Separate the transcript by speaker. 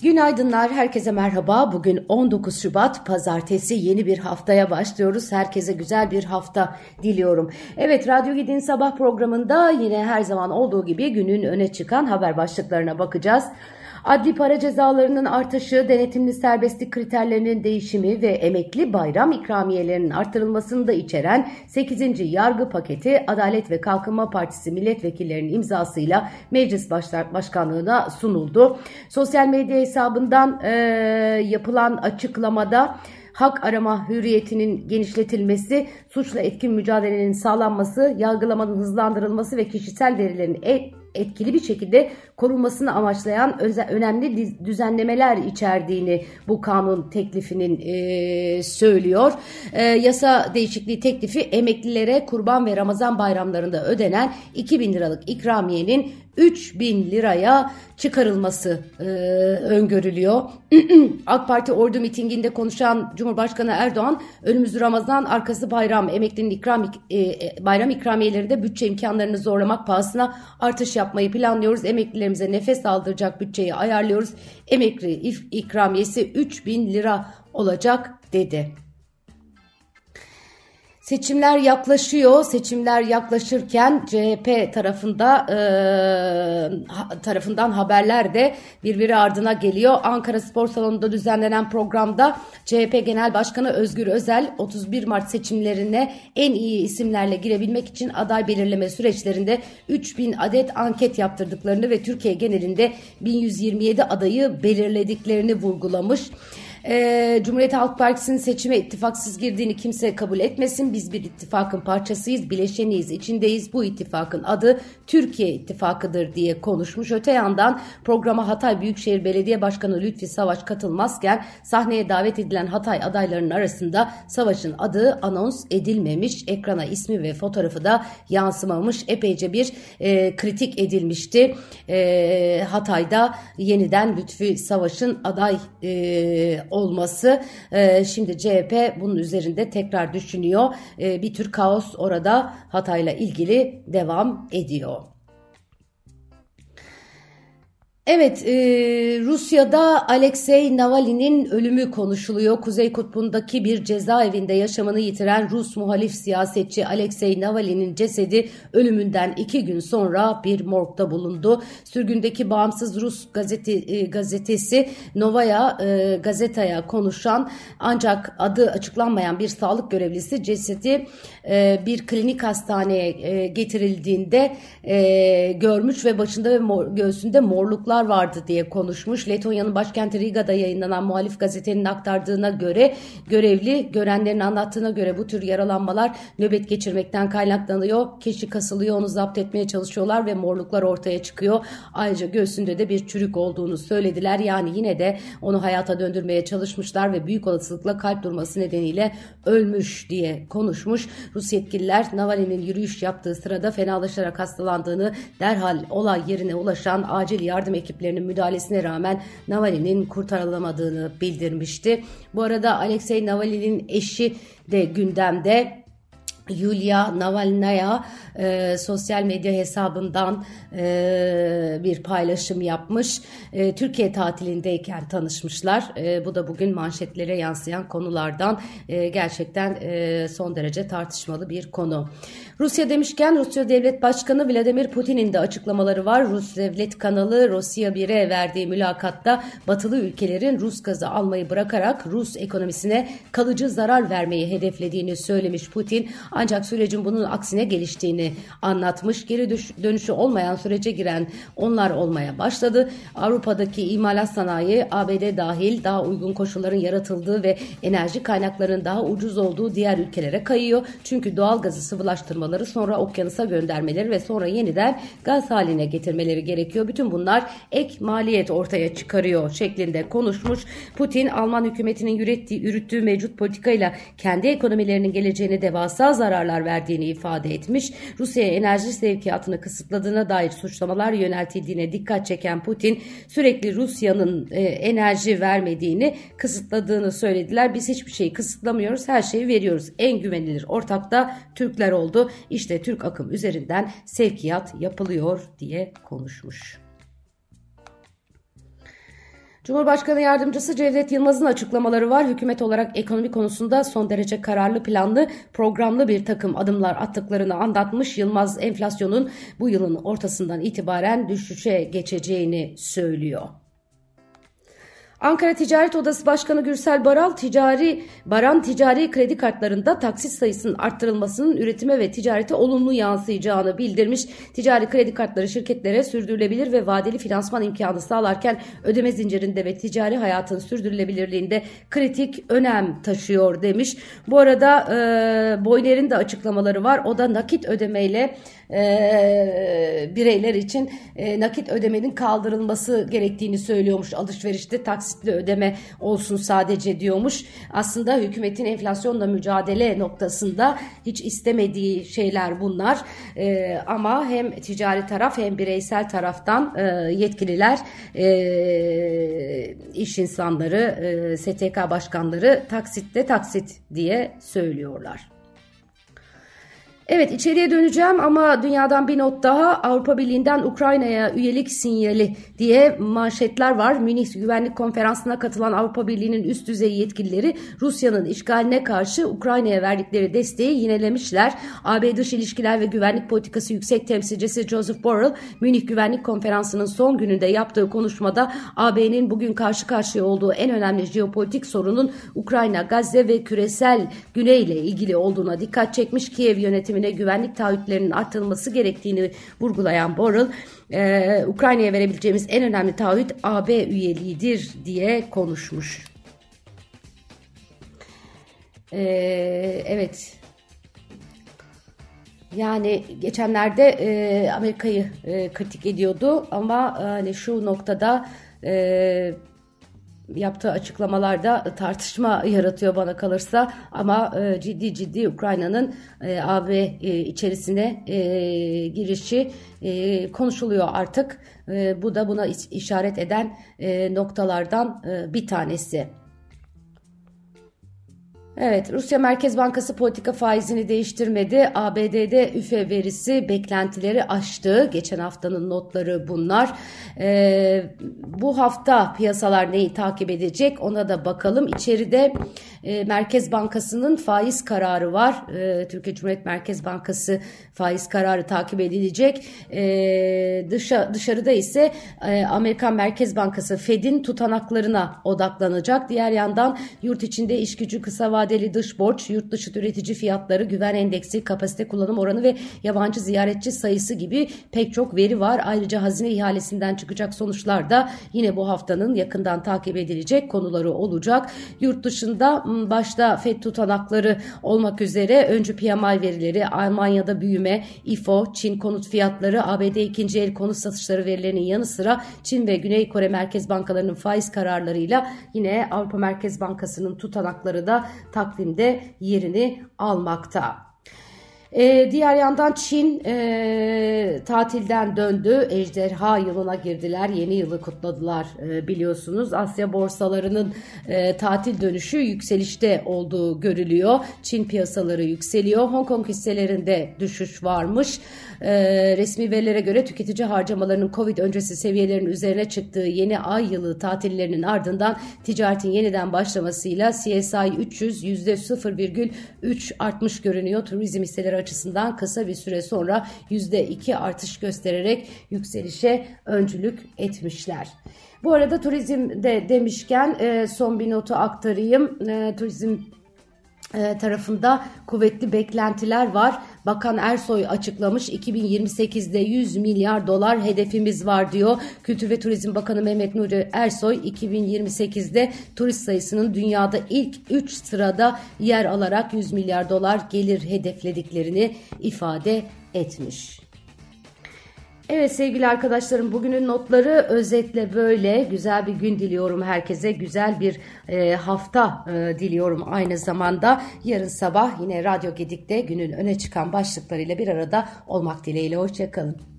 Speaker 1: Günaydınlar, herkese merhaba. Bugün 19 Şubat, Pazartesi, yeni bir haftaya başlıyoruz. Herkese güzel bir hafta diliyorum. Evet, Radyo Gidin Sabah programında yine her zaman olduğu gibi günün öne çıkan haber başlıklarına bakacağız. Adli para cezalarının artışı, denetimli serbestlik kriterlerinin değişimi ve emekli bayram ikramiyelerinin artırılmasını da içeren 8. yargı paketi Adalet ve Kalkınma Partisi milletvekillerinin imzasıyla meclis başkanlığına sunuldu. Sosyal medya hesabından yapılan açıklamada hak arama hürriyetinin genişletilmesi, suçla etkin mücadelenin sağlanması, yargılamanın hızlandırılması ve kişisel verilerin etkili bir şekilde korunmasını amaçlayan önemli düzenlemeler içerdiğini bu kanun teklifinin söylüyor. Yasa değişikliği teklifi emeklilere Kurban ve Ramazan bayramlarında ödenen 2.000 liralık ikramiyenin 3.000 liraya çıkarılması öngörüleriliyor. AK Parti ordu mitinginde konuşan Cumhurbaşkanı Erdoğan, önümüzde Ramazan, arkası bayram, emeklinin bayram ikramiyeleri de bütçe imkanlarını zorlamak pahasına artış yapmayı planlıyoruz. Emeklilerimize nefes aldıracak bütçeyi ayarlıyoruz. Emekli ikramiyesi 3.000 lira olacak dedi. Seçimler yaklaşıyor. Seçimler yaklaşırken CHP tarafından haberler de birbiri ardına geliyor. Ankara Spor Salonu'nda düzenlenen programda CHP Genel Başkanı Özgür Özel 31 Mart seçimlerine en iyi isimlerle girebilmek için aday belirleme süreçlerinde 3.000 adet anket yaptırdıklarını ve Türkiye genelinde 1127 adayı belirlediklerini vurgulamış. Cumhuriyet Halk Partisi'nin seçime ittifaksız girdiğini kimse kabul etmesin. Biz bir ittifakın parçasıyız, bileşeniyiz, içindeyiz. Bu ittifakın adı Türkiye İttifakı'dır diye konuşmuş. Öte yandan programa Hatay Büyükşehir Belediye Başkanı Lütfi Savaş katılmazken sahneye davet edilen Hatay adaylarının arasında Savaş'ın adı anons edilmemiş. Ekrana ismi ve fotoğrafı da yansımamış. Epeyce bir kritik edilmişti. Hatay'da yeniden Lütfi Savaş'ın aday olması. Şimdi CHP bunun üzerinde tekrar düşünüyor. Bir tür kaos orada Hatay'la ilgili devam ediyor. Evet, Rusya'da Alexei Navalny'nin ölümü konuşuluyor. Kuzey Kutbu'ndaki bir cezaevinde yaşamını yitiren Rus muhalif siyasetçi Alexei Navalny'nin cesedi ölümünden 2 gün sonra bir morgda bulundu. Sürgündeki bağımsız Rus gazetesi Novaya Gazeta'ya konuşan ancak adı açıklanmayan bir sağlık görevlisi cesedi bir klinik hastaneye getirildiğinde görmüş ve başında ve göğsünde morluklar vardı diye konuşmuş. Letonya'nın başkenti Riga'da yayınlanan muhalif gazetenin aktardığına göre görenlerin anlattığına göre bu tür yaralanmalar nöbet geçirmekten kaynaklanıyor. Kişi kasılıyor, onu zapt etmeye çalışıyorlar ve morluklar ortaya çıkıyor. Ayrıca göğsünde de bir çürük olduğunu söylediler. Yani yine de onu hayata döndürmeye çalışmışlar ve büyük olasılıkla kalp durması nedeniyle ölmüş diye konuşmuş. Rus yetkililer Navalny'nin yürüyüş yaptığı sırada fenalaşarak hastalandığını, derhal olay yerine ulaşan acil yardım ekiplerinin müdahalesine rağmen Navalny'nin kurtarılamadığını bildirmişti. Bu arada Alexei Navalny'nin eşi de gündemde. Yulia Navalnaya sosyal medya hesabından bir paylaşım yapmış. Türkiye tatilindeyken tanışmışlar. Bu da bugün manşetlere yansıyan konulardan gerçekten son derece tartışmalı bir konu. Rusya demişken Rusya Devlet Başkanı Vladimir Putin'in de açıklamaları var. Rus Devlet kanalı Rusya 1'e verdiği mülakatta batılı ülkelerin Rus gazı almayı bırakarak Rus ekonomisine kalıcı zarar vermeyi hedeflediğini söylemiş Putin. Ancak sürecin bunun aksine geliştiğini anlatmış. Geri dönüşü olmayan sürece giren onlar olmaya başladı. Avrupa'daki imalat sanayi ABD dahil daha uygun koşulların yaratıldığı ve enerji kaynaklarının daha ucuz olduğu diğer ülkelere kayıyor. Çünkü doğal gazı sıvılaştırmaları, sonra okyanusa göndermeleri ve sonra yeniden gaz haline getirmeleri gerekiyor. Bütün bunlar ek maliyet ortaya çıkarıyor şeklinde konuşmuş. Putin, Alman hükümetinin yürüttüğü mevcut politikayla kendi ekonomilerinin geleceğine devasa zararlar verdiğini ifade etmiş. Rusya'ya enerji sevkiyatını kısıtladığına dair suçlamalar yöneltildiğine dikkat çeken Putin, sürekli Rusya'nın enerji vermediğini, kısıtladığını söylediler. Biz hiçbir şeyi kısıtlamıyoruz, her şeyi veriyoruz. En güvenilir ortak da Türkler oldu. İşte Türk akım üzerinden sevkiyat yapılıyor diye konuşmuş. Cumhurbaşkanı Yardımcısı Cevdet Yılmaz'ın açıklamaları var. Hükümet olarak ekonomi konusunda son derece kararlı, planlı, programlı bir takım adımlar attıklarını anlatmış. Yılmaz enflasyonun bu yılın ortasından itibaren düşüşe geçeceğini söylüyor. Ankara Ticaret Odası Başkanı Gürsel Baran ticari kredi kartlarında taksit sayısının arttırılmasının üretime ve ticarete olumlu yansıyacağını bildirmiş. Ticari kredi kartları şirketlere sürdürülebilir ve vadeli finansman imkanı sağlarken ödeme zincirinde ve ticari hayatın sürdürülebilirliğinde kritik önem taşıyor demiş. Bu arada Boyner'in de açıklamaları var. O da nakit ödemeyle bireyler için nakit ödemenin kaldırılması gerektiğini söylüyormuş. Alışverişte taksitli ödeme olsun sadece diyormuş. Aslında hükümetin enflasyonla mücadele noktasında hiç istemediği şeyler bunlar. Ama hem ticari taraf hem bireysel taraftan yetkililer, iş insanları, STK başkanları taksitte taksit diye söylüyorlar. Evet, içeriye döneceğim ama dünyadan bir not daha. Avrupa Birliği'nden Ukrayna'ya üyelik sinyali diye manşetler var. Münih Güvenlik Konferansı'na katılan Avrupa Birliği'nin üst düzey yetkilileri Rusya'nın işgaline karşı Ukrayna'ya verdikleri desteği yinelemişler. AB Dış İlişkiler ve Güvenlik Politikası Yüksek Temsilcisi Joseph Borrell, Münih Güvenlik Konferansı'nın son gününde yaptığı konuşmada AB'nin bugün karşı karşıya olduğu en önemli jeopolitik sorunun Ukrayna, Gazze ve küresel Güney ile ilgili olduğuna dikkat çekmiş. Kiev yönetimi güvenlik taahhütlerinin artırılması gerektiğini vurgulayan Borrell, Ukrayna'ya verebileceğimiz en önemli taahhüt AB üyeliğidir diye konuşmuş. Evet. Yani geçenlerde Amerika'yı kritik ediyordu ama hani şu noktada yaptığı açıklamalarda tartışma yaratıyor bana kalırsa, ama ciddi Ukrayna'nın AB içerisine girişi konuşuluyor artık. Bu da buna işaret eden noktalardan bir tanesi. Evet, Rusya Merkez Bankası politika faizini değiştirmedi. ABD'de üfe verisi beklentileri aştı. Geçen haftanın notları bunlar. Bu hafta piyasalar neyi takip edecek ona da bakalım. İçeride Merkez Bankası'nın faiz kararı var. Türkiye Cumhuriyet Merkez Bankası faiz kararı takip edilecek. Dışarıda ise Amerikan Merkez Bankası Fed'in tutanaklarına odaklanacak. Diğer yandan yurt içinde iş gücü, kısa vadeli dış borç, yurt dışı üretici fiyatları, güven endeksi, kapasite kullanım oranı ve yabancı ziyaretçi sayısı gibi pek çok veri var. Ayrıca hazine ihalesinden çıkacak sonuçlar da yine bu haftanın yakından takip edilecek konuları olacak. Yurt dışında başta FED tutanakları olmak üzere öncü PMI verileri, Almanya'da büyüme, İFO, Çin konut fiyatları, ABD ikinci el konut satışları verilerinin yanı sıra Çin ve Güney Kore Merkez Bankalarının faiz kararlarıyla yine Avrupa Merkez Bankası'nın tutanakları da takvimde yerini almakta. Diğer yandan Çin tatilden döndü. Ejderha yılına girdiler. Yeni yılı kutladılar biliyorsunuz. Asya borsalarının tatil dönüşü yükselişte olduğu görülüyor. Çin piyasaları yükseliyor. Hong Kong hisselerinde düşüş varmış. Resmi verilere göre tüketici harcamalarının Covid öncesi seviyelerin üzerine çıktığı yeni ay yılı tatillerinin ardından ticaretin yeniden başlamasıyla CSI 300 %0,3 artmış görünüyor. Turizm hisseleri açısından kısa bir süre sonra %2 artış göstererek yükselişe öncülük etmişler. Bu arada turizmde demişken son bir notu aktarayım. Turizm tarafında kuvvetli beklentiler var. Bakan Ersoy açıklamış, 2028'de 100 milyar dolar hedefimiz var diyor. Kültür ve Turizm Bakanı Mehmet Nuri Ersoy 2028'de turist sayısının dünyada ilk 3 sırada yer alarak 100 milyar dolar gelir hedeflediklerini ifade etmiş. Evet sevgili arkadaşlarım, bugünün notları özetle böyle. Güzel bir gün diliyorum herkese. Güzel bir hafta diliyorum aynı zamanda. Yarın sabah yine Radyo Gedik'te günün öne çıkan başlıklarıyla bir arada olmak dileğiyle. Hoşça kalın.